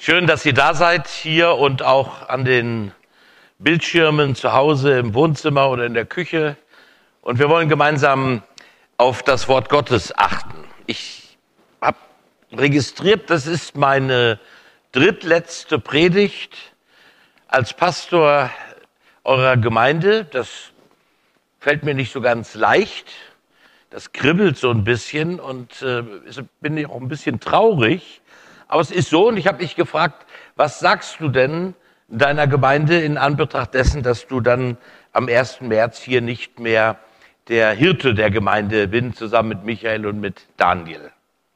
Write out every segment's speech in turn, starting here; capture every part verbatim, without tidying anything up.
Schön, dass ihr da seid, hier und auch an den Bildschirmen zu Hause im Wohnzimmer oder in der Küche. Und wir wollen gemeinsam auf das Wort Gottes achten. Ich habe registriert, das ist meine drittletzte Predigt als Pastor eurer Gemeinde. Das fällt mir nicht so ganz leicht. Das kribbelt so ein bisschen und äh, bin ich auch ein bisschen traurig. Aber es ist so, und ich habe mich gefragt, was sagst du denn deiner Gemeinde in Anbetracht dessen, dass du dann am ersten März hier nicht mehr der Hirte der Gemeinde bin, zusammen mit Michael und mit Daniel.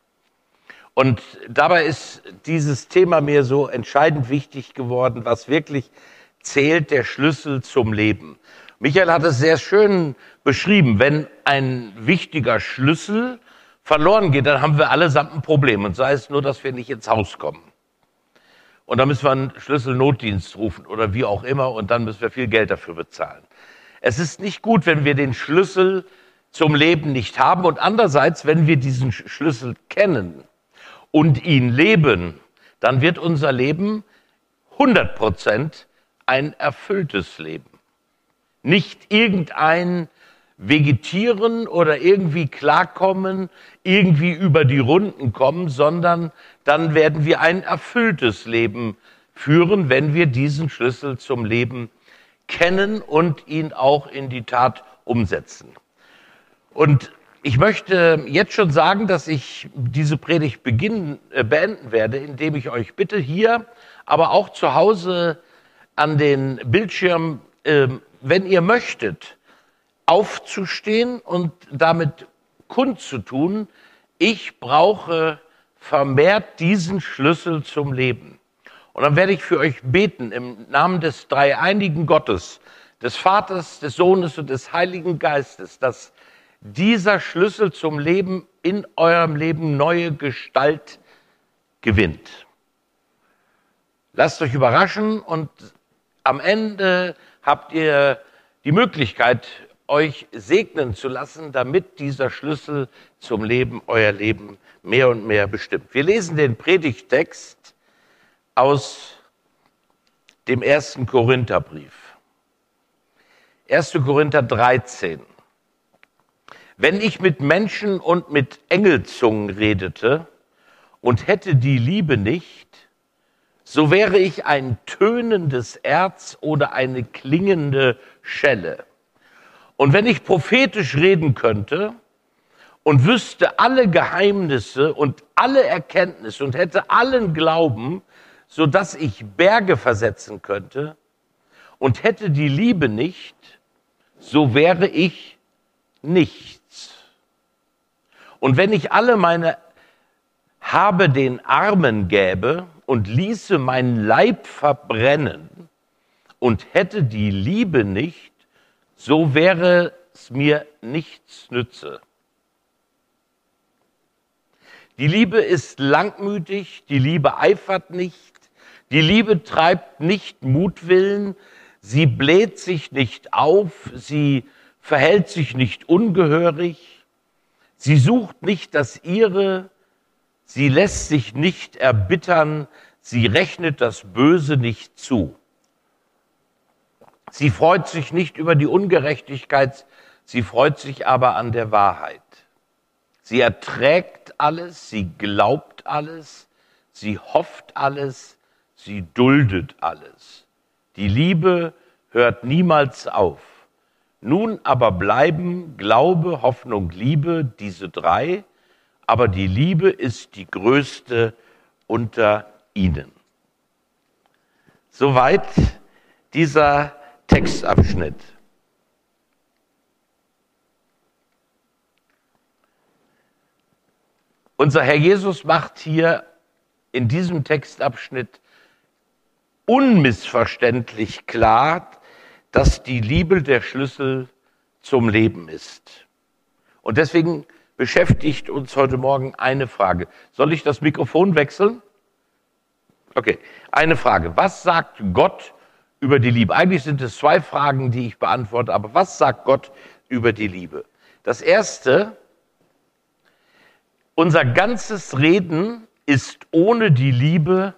Und dabei ist dieses Thema mir so entscheidend wichtig geworden, was wirklich zählt, der Schlüssel zum Leben. Michael hat es sehr schön beschrieben, wenn ein wichtiger Schlüssel verloren geht, dann haben wir allesamt ein Problem. Und sei es nur, dass wir nicht ins Haus kommen. Und dann müssen wir einen Schlüsselnotdienst rufen oder wie auch immer und dann müssen wir viel Geld dafür bezahlen. Es ist nicht gut, wenn wir den Schlüssel zum Leben nicht haben. Und andererseits, wenn wir diesen Schlüssel kennen und ihn leben, dann wird unser Leben hundert Prozent ein erfülltes Leben. Nicht irgendein Vegetieren oder irgendwie klarkommen, irgendwie über die Runden kommen, sondern dann werden wir ein erfülltes Leben führen, wenn wir diesen Schlüssel zum Leben kennen und ihn auch in die Tat umsetzen. Und ich möchte jetzt schon sagen, dass ich diese Predigt beginnen, äh, beenden werde, indem ich euch bitte hier, aber auch zu Hause an den Bildschirmen, äh, wenn ihr möchtet, aufzustehen und damit kundzutun, ich brauche vermehrt diesen Schlüssel zum Leben. Und dann werde ich für euch beten im Namen des dreieinigen Gottes, des Vaters, des Sohnes und des Heiligen Geistes, dass dieser Schlüssel zum Leben in eurem Leben neue Gestalt gewinnt. Lasst euch überraschen und am Ende habt ihr die Möglichkeit, euch segnen zu lassen, damit dieser Schlüssel zum Leben euer Leben mehr und mehr bestimmt. Wir lesen den Predigttext aus dem ersten Korintherbrief. erster Korinther dreizehn. Wenn ich mit Menschen und mit Engelzungen redete und hätte die Liebe nicht, so wäre ich ein tönendes Erz oder eine klingende Schelle. Und wenn ich prophetisch reden könnte und wüsste alle Geheimnisse und alle Erkenntnisse und hätte allen Glauben, so dass ich Berge versetzen könnte und hätte die Liebe nicht, so wäre ich nichts. Und wenn ich alle meine Habe den Armen gäbe und ließe meinen Leib verbrennen und hätte die Liebe nicht, so wäre es mir nichts nütze. Die Liebe ist langmütig, die Liebe eifert nicht, die Liebe treibt nicht Mutwillen, sie bläht sich nicht auf, sie verhält sich nicht ungehörig, sie sucht nicht das Ihre, sie lässt sich nicht erbittern, sie rechnet das Böse nicht zu. Sie freut sich nicht über die Ungerechtigkeit, sie freut sich aber an der Wahrheit. Sie erträgt alles, sie glaubt alles, sie hofft alles, sie duldet alles. Die Liebe hört niemals auf. Nun aber bleiben Glaube, Hoffnung, Liebe, diese drei, aber die Liebe ist die größte unter ihnen. Soweit dieser Textabschnitt. Unser Herr Jesus macht hier in diesem Textabschnitt unmissverständlich klar, dass die Liebe der Schlüssel zum Leben ist. Und deswegen beschäftigt uns heute Morgen eine Frage. Soll ich das Mikrofon wechseln? Okay, eine Frage. Was sagt Gott über die Liebe? Eigentlich sind es zwei Fragen, die ich beantworte, aber was sagt Gott über die Liebe? Das erste, unser ganzes Reden ist ohne die Liebe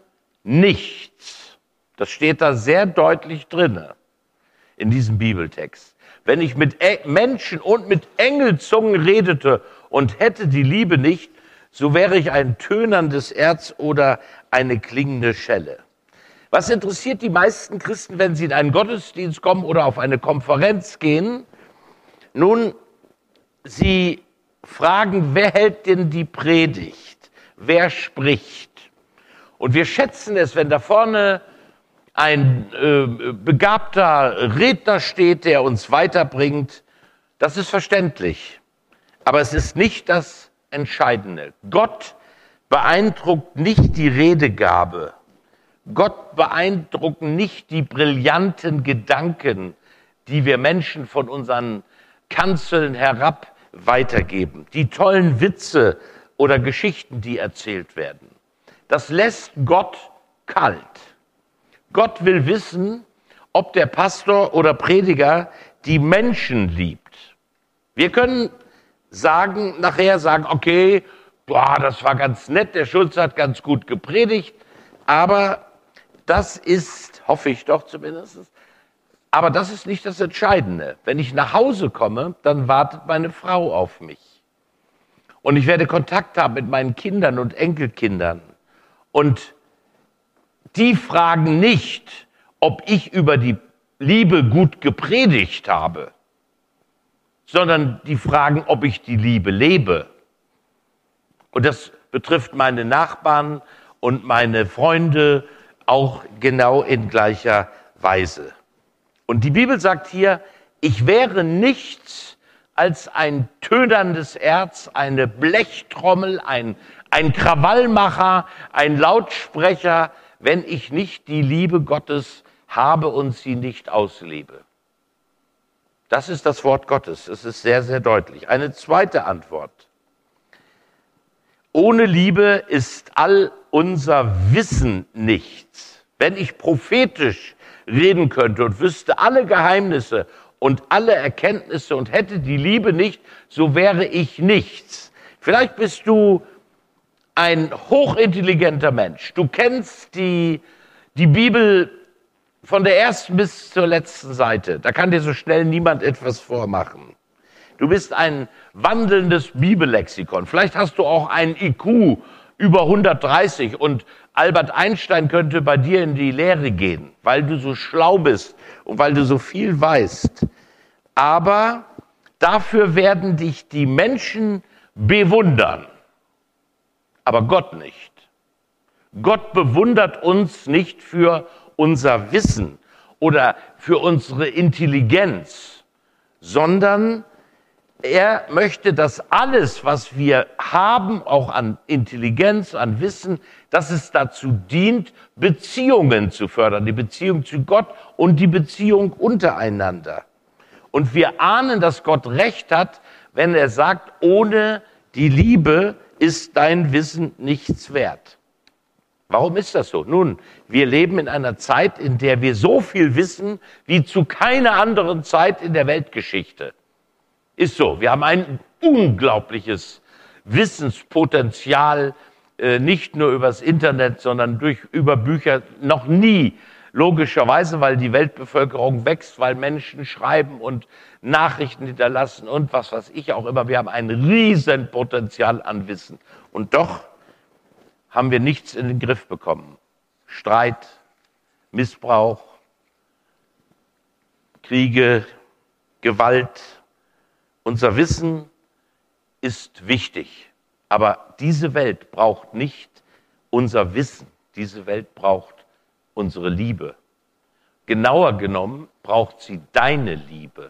nichts. Das steht da sehr deutlich drin in diesem Bibeltext. Wenn ich mit Menschen und mit Engelzungen redete und hätte die Liebe nicht, so wäre ich ein tönerndes Erz oder eine klingende Schelle. Was interessiert die meisten Christen, wenn sie in einen Gottesdienst kommen oder auf eine Konferenz gehen? Nun, sie fragen, wer hält denn die Predigt? Wer spricht? Und wir schätzen es, wenn da vorne ein äh, begabter Redner steht, der uns weiterbringt. Das ist verständlich. Aber es ist nicht das Entscheidende. Gott beeindruckt nicht die Redegabe. Gott beeindrucken nicht die brillanten Gedanken, die wir Menschen von unseren Kanzeln herab weitergeben. Die tollen Witze oder Geschichten, die erzählt werden. Das lässt Gott kalt. Gott will wissen, ob der Pastor oder Prediger die Menschen liebt. Wir können sagen, nachher sagen, okay, boah, das war ganz nett, der Schulz hat ganz gut gepredigt, aber das ist, hoffe ich doch zumindest, aber das ist nicht das Entscheidende. Wenn ich nach Hause komme, dann wartet meine Frau auf mich. Und ich werde Kontakt haben mit meinen Kindern und Enkelkindern. Und die fragen nicht, ob ich über die Liebe gut gepredigt habe, sondern die fragen, ob ich die Liebe lebe. Und das betrifft meine Nachbarn und meine Freunde auch genau in gleicher Weise. Und die Bibel sagt hier, ich wäre nichts als ein tönerndes Erz, eine Blechtrommel, ein, ein Krawallmacher, ein Lautsprecher, wenn ich nicht die Liebe Gottes habe und sie nicht auslebe. Das ist das Wort Gottes. Es ist sehr, sehr deutlich. Eine zweite Antwort. Ohne Liebe ist all unser Wissen nichts. Wenn ich prophetisch reden könnte und wüsste alle Geheimnisse und alle Erkenntnisse und hätte die Liebe nicht, so wäre ich nichts. Vielleicht bist du ein hochintelligenter Mensch. Du kennst die, die Bibel von der ersten bis zur letzten Seite. Da kann dir so schnell niemand etwas vormachen. Du bist ein wandelndes Bibellexikon. Vielleicht hast du auch einen I Q über hundertdreißig und Albert Einstein könnte bei dir in die Lehre gehen, weil du so schlau bist und weil du so viel weißt. Aber dafür werden dich die Menschen bewundern. Aber Gott nicht. Gott bewundert uns nicht für unser Wissen oder für unsere Intelligenz, sondern er möchte, dass alles, was wir haben, auch an Intelligenz, an Wissen, dass es dazu dient, Beziehungen zu fördern, die Beziehung zu Gott und die Beziehung untereinander. Und wir ahnen, dass Gott recht hat, wenn er sagt, ohne die Liebe ist dein Wissen nichts wert. Warum ist das so? Nun, wir leben in einer Zeit, in der wir so viel wissen wie zu keiner anderen Zeit in der Weltgeschichte. Ist so. Wir haben ein unglaubliches Wissenspotenzial, äh, nicht nur übers Internet, sondern durch, über Bücher. Noch nie, logischerweise, weil die Weltbevölkerung wächst, weil Menschen schreiben und Nachrichten hinterlassen und was weiß ich auch immer. Wir haben ein Riesenpotenzial an Wissen. Und doch haben wir nichts in den Griff bekommen. Streit, Missbrauch, Kriege, Gewalt. Unser Wissen ist wichtig, aber diese Welt braucht nicht unser Wissen. Diese Welt braucht unsere Liebe. Genauer genommen braucht sie deine Liebe,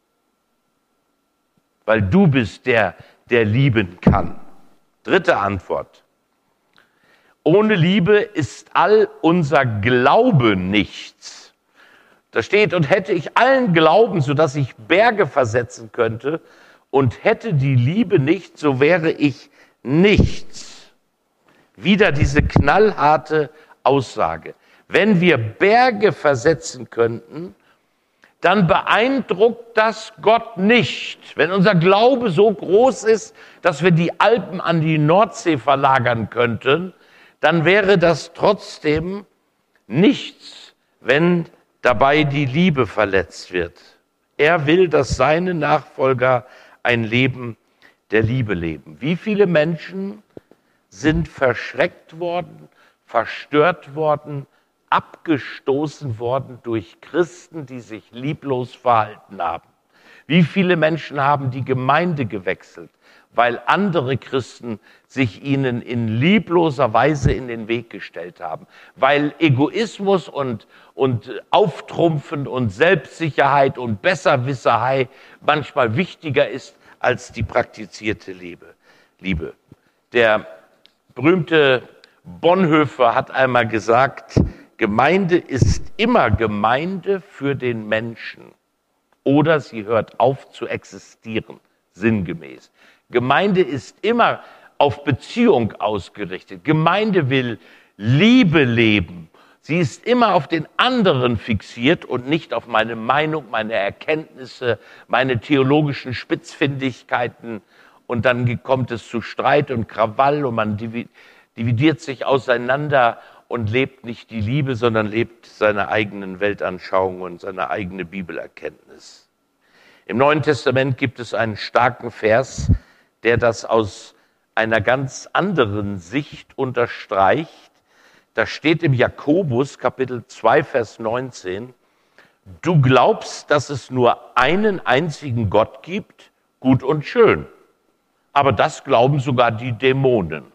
weil du bist der, der lieben kann. Dritte Antwort. Ohne Liebe ist all unser Glaube nichts. Da steht, und hätte ich allen Glauben, sodass ich Berge versetzen könnte, und hätte die Liebe nicht, so wäre ich nichts. Wieder diese knallharte Aussage. Wenn wir Berge versetzen könnten, dann beeindruckt das Gott nicht. Wenn unser Glaube so groß ist, dass wir die Alpen an die Nordsee verlagern könnten, dann wäre das trotzdem nichts, wenn dabei die Liebe verletzt wird. Er will, dass seine Nachfolger ein Leben der Liebe leben. Wie viele Menschen sind verschreckt worden, verstört worden, abgestoßen worden durch Christen, die sich lieblos verhalten haben? Wie viele Menschen haben die Gemeinde gewechselt, weil andere Christen sich ihnen in liebloser Weise in den Weg gestellt haben, weil Egoismus und, und Auftrumpfen und Selbstsicherheit und Besserwisserei manchmal wichtiger ist als die praktizierte Liebe. Liebe. Der berühmte Bonhoeffer hat einmal gesagt, Gemeinde ist immer Gemeinde für den Menschen oder sie hört auf zu existieren, sinngemäß. Gemeinde ist immer auf Beziehung ausgerichtet. Gemeinde will Liebe leben. Sie ist immer auf den anderen fixiert und nicht auf meine Meinung, meine Erkenntnisse, meine theologischen Spitzfindigkeiten. Und dann kommt es zu Streit und Krawall und man dividiert sich auseinander und lebt nicht die Liebe, sondern lebt seine eigenen Weltanschauungen und seine eigene Bibelerkenntnis. Im Neuen Testament gibt es einen starken Vers, der das aus einer ganz anderen Sicht unterstreicht. Da steht im Jakobus Kapitel zwei, Vers neunzehn, du glaubst, dass es nur einen einzigen Gott gibt, gut und schön. Aber das glauben sogar die Dämonen.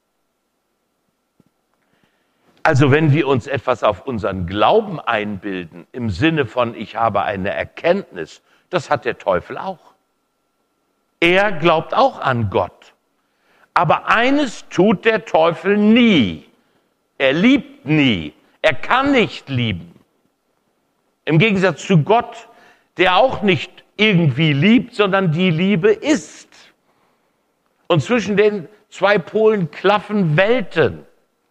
Also wenn wir uns etwas auf unseren Glauben einbilden, im Sinne von ich habe eine Erkenntnis, das hat der Teufel auch. Er glaubt auch an Gott. Aber eines tut der Teufel nie. Er liebt nie. Er kann nicht lieben. Im Gegensatz zu Gott, der auch nicht irgendwie liebt, sondern die Liebe ist. Und zwischen den zwei Polen klaffen Welten.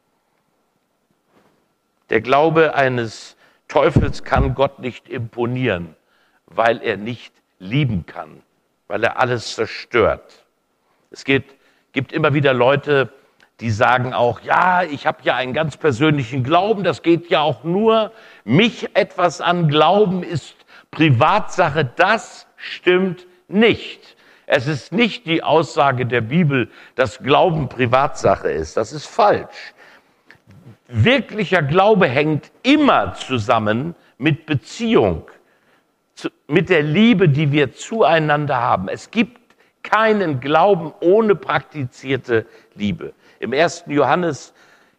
Der Glaube eines Teufels kann Gott nicht imponieren, weil er nicht lieben kann, weil er alles zerstört. Es gibt, gibt immer wieder Leute, die sagen auch, ja, ich habe ja einen ganz persönlichen Glauben, das geht ja auch nur, mich etwas an Glauben ist Privatsache, das stimmt nicht. Es ist nicht die Aussage der Bibel, dass Glauben Privatsache ist, das ist falsch. Wirklicher Glaube hängt immer zusammen mit Beziehung, mit der Liebe, die wir zueinander haben. Es gibt keinen Glauben ohne praktizierte Liebe. Im ersten Johannesbrief,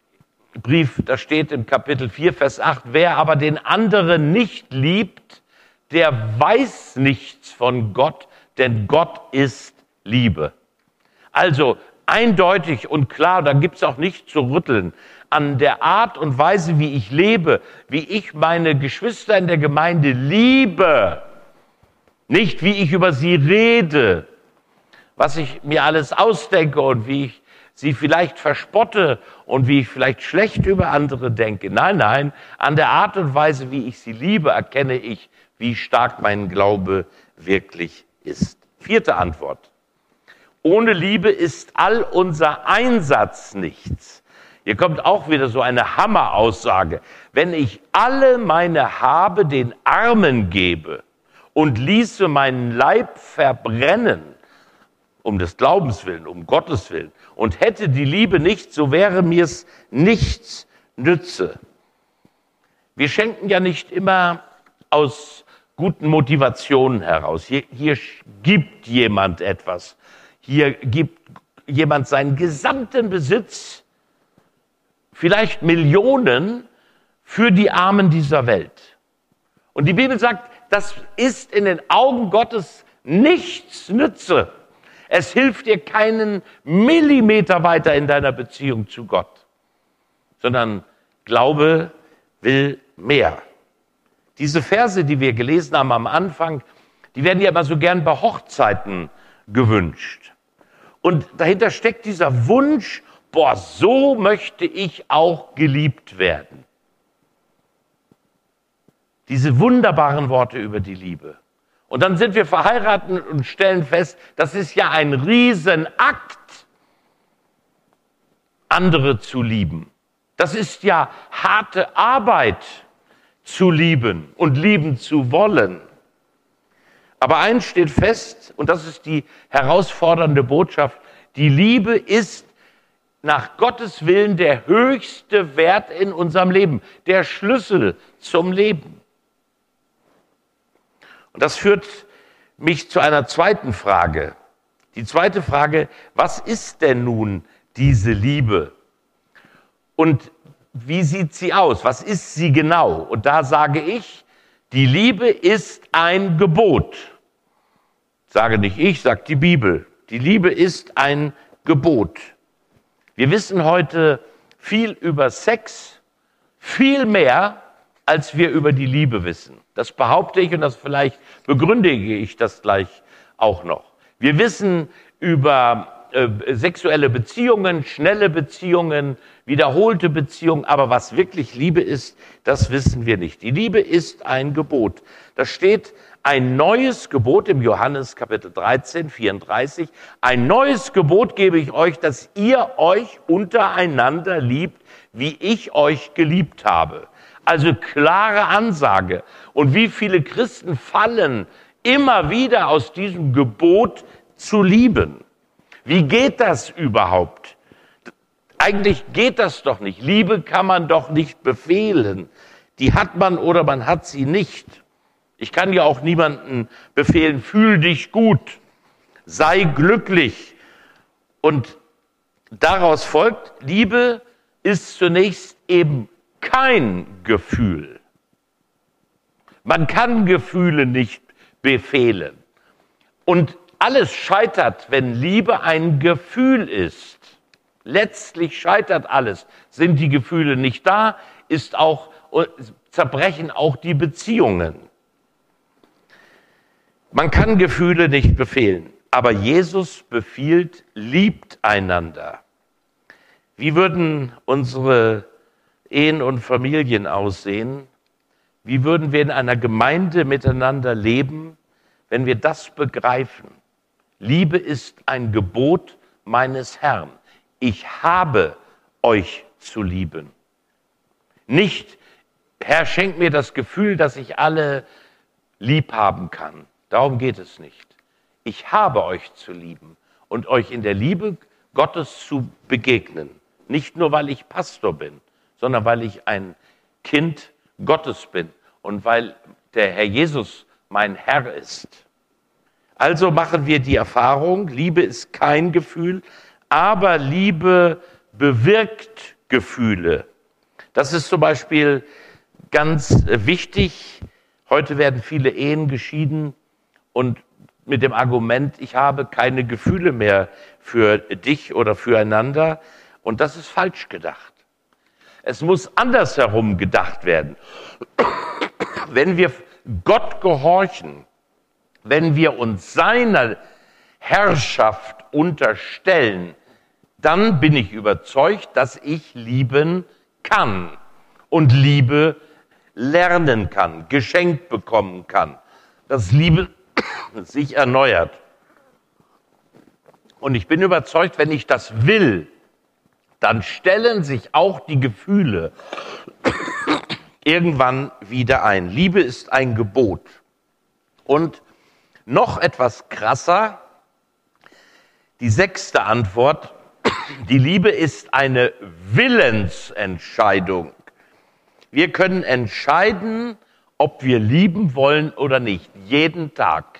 da steht im Kapitel vier, Vers acht, wer aber den anderen nicht liebt, der weiß nichts von Gott, denn Gott ist Liebe. Also eindeutig und klar, da gibt es auch nichts zu rütteln, an der Art und Weise, wie ich lebe, wie ich meine Geschwister in der Gemeinde liebe, nicht wie ich über sie rede, was ich mir alles ausdenke und wie ich sie vielleicht verspotte und wie ich vielleicht schlecht über andere denke. Nein, nein, an der Art und Weise, wie ich sie liebe, erkenne ich, wie stark mein Glaube wirklich ist. Vierte Antwort. Ohne Liebe ist all unser Einsatz nichts. Hier kommt auch wieder so eine Hammeraussage. Wenn ich alle meine Habe den Armen gebe und ließe meinen Leib verbrennen, um des Glaubens willen, um Gottes willen, und hätte die Liebe nicht, so wäre mir's nichts nütze. Wir schenken ja nicht immer aus guten Motivationen heraus. Hier, hier gibt jemand etwas. Hier gibt jemand seinen gesamten Besitz, vielleicht Millionen, für die Armen dieser Welt. Und die Bibel sagt, das ist in den Augen Gottes nichts nütze. Es hilft dir keinen Millimeter weiter in deiner Beziehung zu Gott, sondern Glaube will mehr. Diese Verse, die wir gelesen haben am Anfang, die werden ja immer so gern bei Hochzeiten gewünscht. Und dahinter steckt dieser Wunsch, boah, so möchte ich auch geliebt werden. Diese wunderbaren Worte über die Liebe. Und dann sind wir verheiratet und stellen fest, das ist ja ein Riesenakt, andere zu lieben. Das ist ja harte Arbeit, zu lieben und lieben zu wollen. Aber eins steht fest, und das ist die herausfordernde Botschaft: Die Liebe ist nach Gottes Willen der höchste Wert in unserem Leben, der Schlüssel zum Leben. Und das führt mich zu einer zweiten Frage. Die zweite Frage: Was ist denn nun diese Liebe? Und wie sieht sie aus? Was ist sie genau? Und da sage ich, die Liebe ist ein Gebot. Sage nicht ich, sagt die Bibel. Die Liebe ist ein Gebot. Wir wissen heute viel über Sex, viel mehr, als wir über die Liebe wissen. Das behaupte ich, und das vielleicht begründige ich das gleich auch noch. Wir wissen über äh, sexuelle Beziehungen, schnelle Beziehungen, wiederholte Beziehungen, aber was wirklich Liebe ist, das wissen wir nicht. Die Liebe ist ein Gebot. Da steht ein neues Gebot im Johannes Kapitel dreizehn, vierunddreißig. Ein neues Gebot gebe ich euch, dass ihr euch untereinander liebt, wie ich euch geliebt habe. Also klare Ansage. Und wie viele Christen fallen immer wieder aus diesem Gebot zu lieben? Wie geht das überhaupt? Eigentlich geht das doch nicht. Liebe kann man doch nicht befehlen. Die hat man oder man hat sie nicht. Ich kann ja auch niemandem befehlen, fühl dich gut, sei glücklich. Und daraus folgt, Liebe ist zunächst eben kein Gefühl. Man kann Gefühle nicht befehlen. Und alles scheitert, wenn Liebe ein Gefühl ist. Letztlich scheitert alles. Sind die Gefühle nicht da, ist auch, zerbrechen auch die Beziehungen. Man kann Gefühle nicht befehlen, aber Jesus befiehlt, liebt einander. Wie würden unsere Ehen und Familien aussehen? Wie würden wir in einer Gemeinde miteinander leben, wenn wir das begreifen? Liebe ist ein Gebot meines Herrn. Ich habe euch zu lieben. Nicht, Herr, schenk mir das Gefühl, dass ich alle lieb haben kann. Darum geht es nicht. Ich habe euch zu lieben und euch in der Liebe Gottes zu begegnen. Nicht nur, weil ich Pastor bin, sondern weil ich ein Kind Gottes bin und weil der Herr Jesus mein Herr ist. Also machen wir die Erfahrung, Liebe ist kein Gefühl, aber Liebe bewirkt Gefühle. Das ist zum Beispiel ganz wichtig. Heute werden viele Ehen geschieden und mit dem Argument, ich habe keine Gefühle mehr für dich oder füreinander. Und das ist falsch gedacht. Es muss andersherum gedacht werden. Wenn wir Gott gehorchen, wenn wir uns seiner Herrschaft unterstellen, dann bin ich überzeugt, dass ich lieben kann und Liebe lernen kann, geschenkt bekommen kann, dass Liebe sich erneuert. Und ich bin überzeugt, wenn ich das will, dann stellen sich auch die Gefühle irgendwann wieder ein. Liebe ist ein Gebot. Und noch etwas krasser, die sechste Antwort, die Liebe ist eine Willensentscheidung. Wir können entscheiden, ob wir lieben wollen oder nicht, jeden Tag.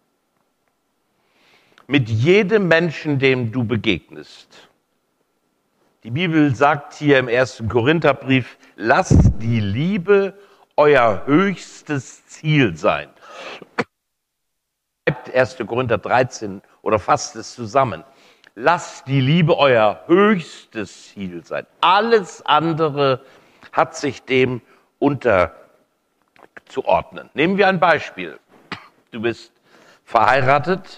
Mit jedem Menschen, dem du begegnest. Die Bibel sagt hier im ersten Korintherbrief, lasst die Liebe euer höchstes Ziel sein. Schreibt erster Korinther dreizehn oder fasst es zusammen. Lasst die Liebe euer höchstes Ziel sein. Alles andere hat sich dem unterzuordnen. Nehmen wir ein Beispiel. Du bist verheiratet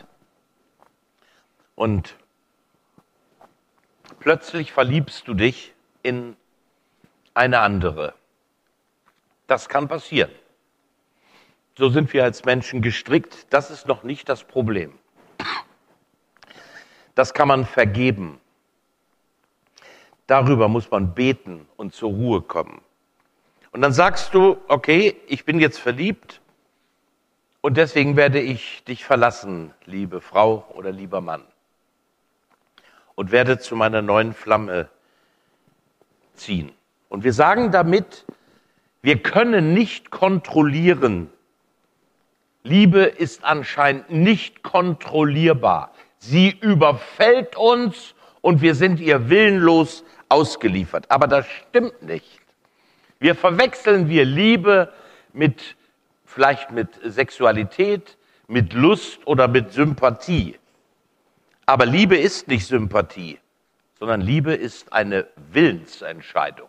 und plötzlich verliebst du dich in eine andere. Das kann passieren. So sind wir als Menschen gestrickt. Das ist noch nicht das Problem. Das kann man vergeben. darüber muss man beten und zur Ruhe kommen. Und dann sagst du, okay, ich bin jetzt verliebt und deswegen werde ich dich verlassen, liebe Frau oder lieber Mann. Und werde zu meiner neuen Flamme ziehen. Und wir sagen damit, wir können nicht kontrollieren. Liebe ist anscheinend nicht kontrollierbar. Sie überfällt uns und wir sind ihr willenlos ausgeliefert. Aber das stimmt nicht. Wir verwechseln wir Liebe mit, vielleicht mit Sexualität, mit Lust oder mit Sympathie. Aber Liebe ist nicht Sympathie, sondern Liebe ist eine Willensentscheidung.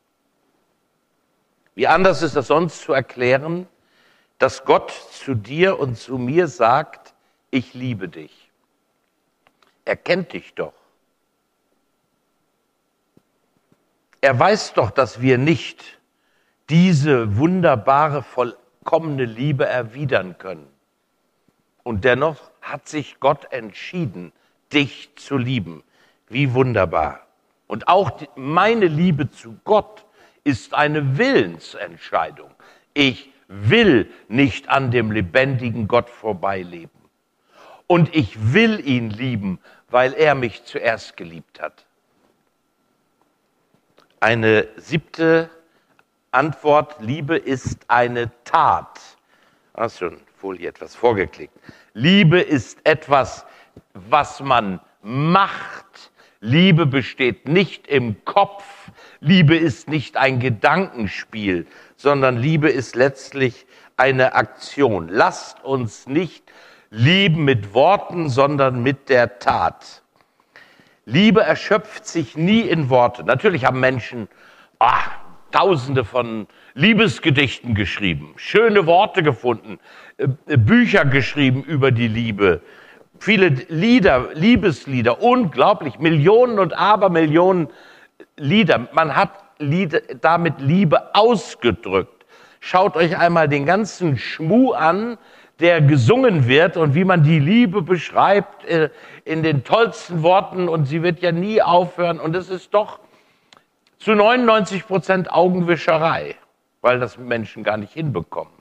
Wie anders ist das sonst zu erklären, dass Gott zu dir und zu mir sagt, ich liebe dich. Er kennt dich doch. Er weiß doch, dass wir nicht diese wunderbare, vollkommene Liebe erwidern können. Und dennoch hat sich Gott entschieden, dich zu lieben. Wie wunderbar. Und auch die, meine Liebe zu Gott ist eine Willensentscheidung. Ich will nicht an dem lebendigen Gott vorbeileben. Und ich will ihn lieben, weil er mich zuerst geliebt hat. Eine siebte Antwort, Liebe ist eine Tat. Hast schon Folie etwas vorgeklickt. Liebe ist etwas, was man macht. Liebe besteht nicht im Kopf. Liebe ist nicht ein Gedankenspiel, sondern Liebe ist letztlich eine Aktion. Lasst uns nicht lieben mit Worten, sondern mit der Tat. Liebe erschöpft sich nie in Worte. Natürlich haben Menschen ah, Tausende von Liebesgedichten geschrieben, schöne Worte gefunden, äh, Bücher geschrieben über die Liebe, viele Lieder, Liebeslieder, unglaublich, Millionen und Abermillionen Lieder. Man hat Lieder, damit Liebe ausgedrückt. Schaut euch einmal den ganzen Schmuh an, der gesungen wird und wie man die Liebe beschreibt äh, in den tollsten Worten und sie wird ja nie aufhören und es ist doch zu neunundneunzig Prozent Augenwischerei, weil das Menschen gar nicht hinbekommen.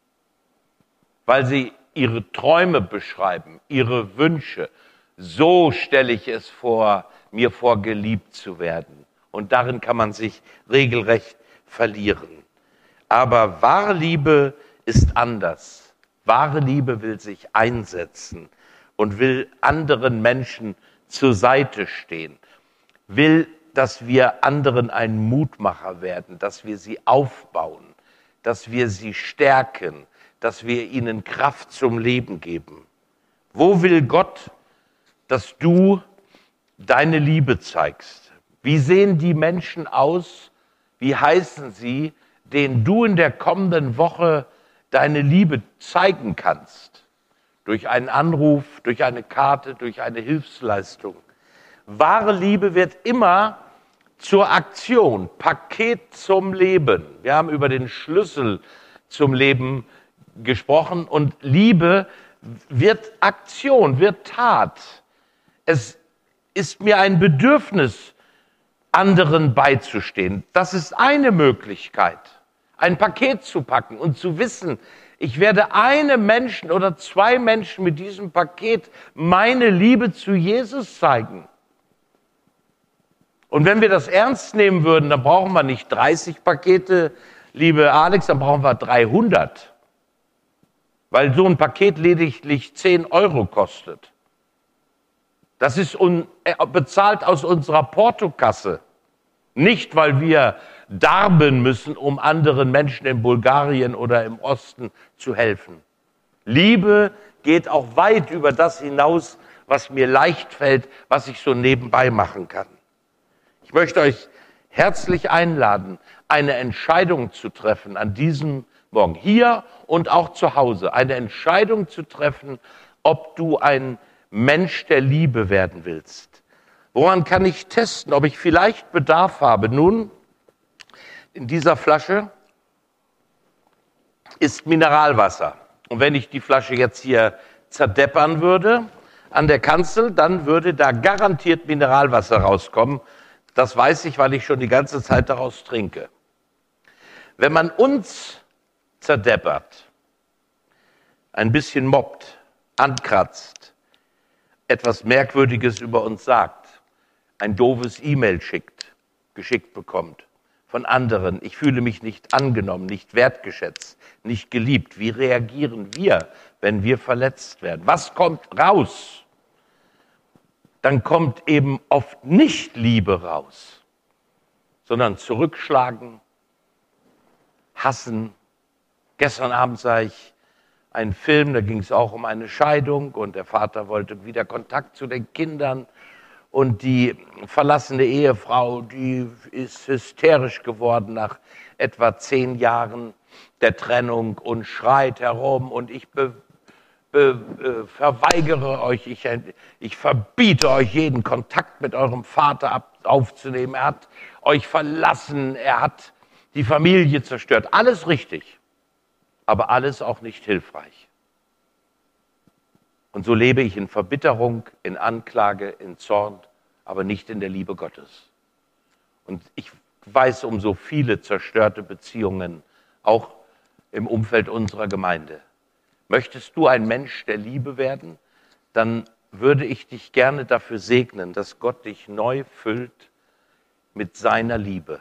Weil sie ihre Träume beschreiben, ihre Wünsche. So stelle ich es vor, mir vor, geliebt zu werden. Und darin kann man sich regelrecht verlieren. Aber wahre Liebe ist anders. Wahre Liebe will sich einsetzen und will anderen Menschen zur Seite stehen, will, dass wir anderen ein Mutmacher werden, dass wir sie aufbauen, dass wir sie stärken, dass wir ihnen Kraft zum Leben geben. Wo will Gott, dass du deine Liebe zeigst? Wie sehen die Menschen aus? Wie heißen sie, denen du in der kommenden Woche deine Liebe zeigen kannst? Durch einen Anruf, durch eine Karte, durch eine Hilfsleistung. Wahre Liebe wird immer zur Aktion, Paket zum Leben. Wir haben über den Schlüssel zum Leben gesprochen und Liebe wird Aktion, wird Tat. Es ist mir ein Bedürfnis, anderen beizustehen. Das ist eine Möglichkeit, ein Paket zu packen und zu wissen, ich werde einem Menschen oder zwei Menschen mit diesem Paket meine Liebe zu Jesus zeigen. Und wenn wir das ernst nehmen würden, dann brauchen wir nicht dreißig Pakete, liebe Alex, dann brauchen wir dreihundert. Weil so ein Paket lediglich zehn Euro kostet. Das ist un- bezahlt aus unserer Portokasse. Nicht, weil wir darben müssen, um anderen Menschen in Bulgarien oder im Osten zu helfen. Liebe geht auch weit über das hinaus, was mir leicht fällt, was ich so nebenbei machen kann. Ich möchte euch herzlich einladen, eine Entscheidung zu treffen an diesem Morgen, hier und auch zu Hause, eine Entscheidung zu treffen, ob du ein Mensch der Liebe werden willst. Woran kann ich testen, ob ich vielleicht Bedarf habe? Nun, in dieser Flasche ist Mineralwasser. Und wenn ich die Flasche jetzt hier zerdeppern würde an der Kanzel, dann würde da garantiert Mineralwasser rauskommen. Das weiß ich, weil ich schon die ganze Zeit daraus trinke. Wenn man uns zerdeppert, ein bisschen mobbt, ankratzt, etwas Merkwürdiges über uns sagt, ein doofes E-Mail schickt, geschickt bekommt von anderen, ich fühle mich nicht angenommen, nicht wertgeschätzt, nicht geliebt. Wie reagieren wir, wenn wir verletzt werden? Was kommt raus? Dann kommt eben oft nicht Liebe raus, sondern zurückschlagen, hassen. Gestern Abend sah ich einen Film, da ging es auch um eine Scheidung und der Vater wollte wieder Kontakt zu den Kindern und die verlassene Ehefrau, die ist hysterisch geworden nach etwa zehn Jahren der Trennung und schreit herum und ich be, be, äh, verweigere euch, ich, ich verbiete euch jeden Kontakt mit eurem Vater ab, aufzunehmen. Er hat euch verlassen, er hat die Familie zerstört. Alles richtig, aber alles auch nicht hilfreich. Und so lebe ich in Verbitterung, in Anklage, in Zorn, aber nicht in der Liebe Gottes. Und ich weiß um so viele zerstörte Beziehungen, auch im Umfeld unserer Gemeinde. Möchtest du ein Mensch der Liebe werden, dann würde ich dich gerne dafür segnen, dass Gott dich neu füllt mit seiner Liebe,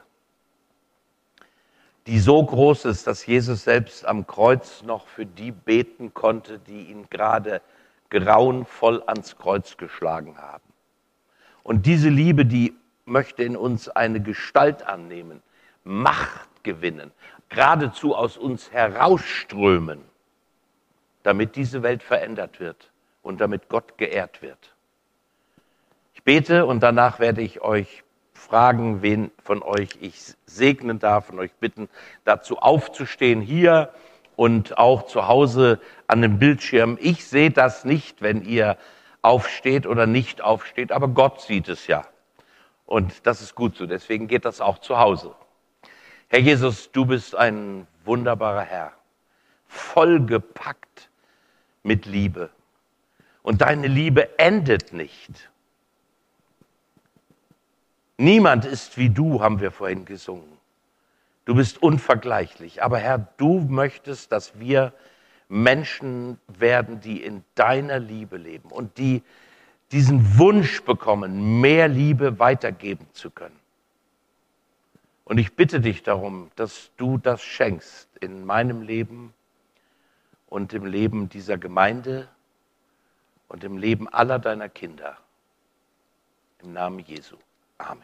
die so groß ist, dass Jesus selbst am Kreuz noch für die beten konnte, die ihn gerade grauenvoll ans Kreuz geschlagen haben. Und diese Liebe, die möchte in uns eine Gestalt annehmen, Macht gewinnen, geradezu aus uns herausströmen, damit diese Welt verändert wird und damit Gott geehrt wird. Ich bete und danach werde ich euch fragen, wen von euch ich segnen darf und euch bitten, dazu aufzustehen hier und auch zu Hause an dem Bildschirm. Ich sehe das nicht, wenn ihr aufsteht oder nicht aufsteht, aber Gott sieht es ja. Und das ist gut so, deswegen geht das auch zu Hause. Herr Jesus, du bist ein wunderbarer Herr, vollgepackt mit Liebe. Und deine Liebe endet nicht. Niemand ist wie du, haben wir vorhin gesungen. Du bist unvergleichlich. Aber Herr, du möchtest, dass wir Menschen werden, die in deiner Liebe leben und die diesen Wunsch bekommen, mehr Liebe weitergeben zu können. Und ich bitte dich darum, dass du das schenkst in meinem Leben und im Leben dieser Gemeinde und im Leben aller deiner Kinder. Im Namen Jesu. Amen.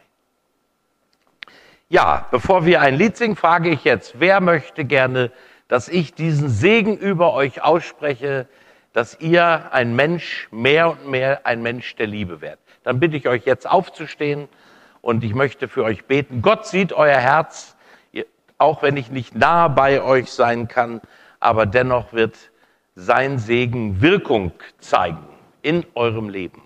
Ja, bevor wir ein Lied singen, frage ich jetzt, wer möchte gerne, dass ich diesen Segen über euch ausspreche, dass ihr ein Mensch, mehr und mehr ein Mensch der Liebe werdet. Dann bitte ich euch jetzt aufzustehen und ich möchte für euch beten. Gott sieht euer Herz, auch wenn ich nicht nah bei euch sein kann, aber dennoch wird sein Segen Wirkung zeigen in eurem Leben.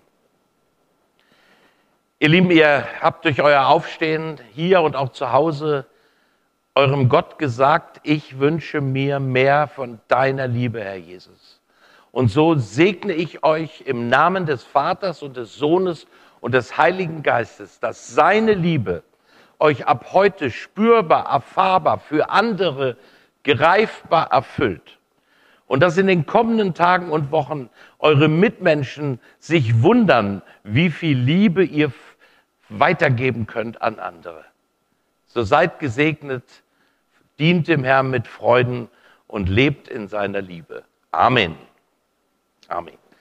Ihr Lieben, ihr habt durch euer Aufstehen hier und auch zu Hause eurem Gott gesagt, ich wünsche mir mehr von deiner Liebe, Herr Jesus. Und so segne ich euch im Namen des Vaters und des Sohnes und des Heiligen Geistes, dass seine Liebe euch ab heute spürbar, erfahrbar, für andere greifbar erfüllt. Und dass in den kommenden Tagen und Wochen eure Mitmenschen sich wundern, wie viel Liebe ihr weitergeben könnt an andere. So seid gesegnet, dient dem Herrn mit Freuden und lebt in seiner Liebe. Amen. Amen.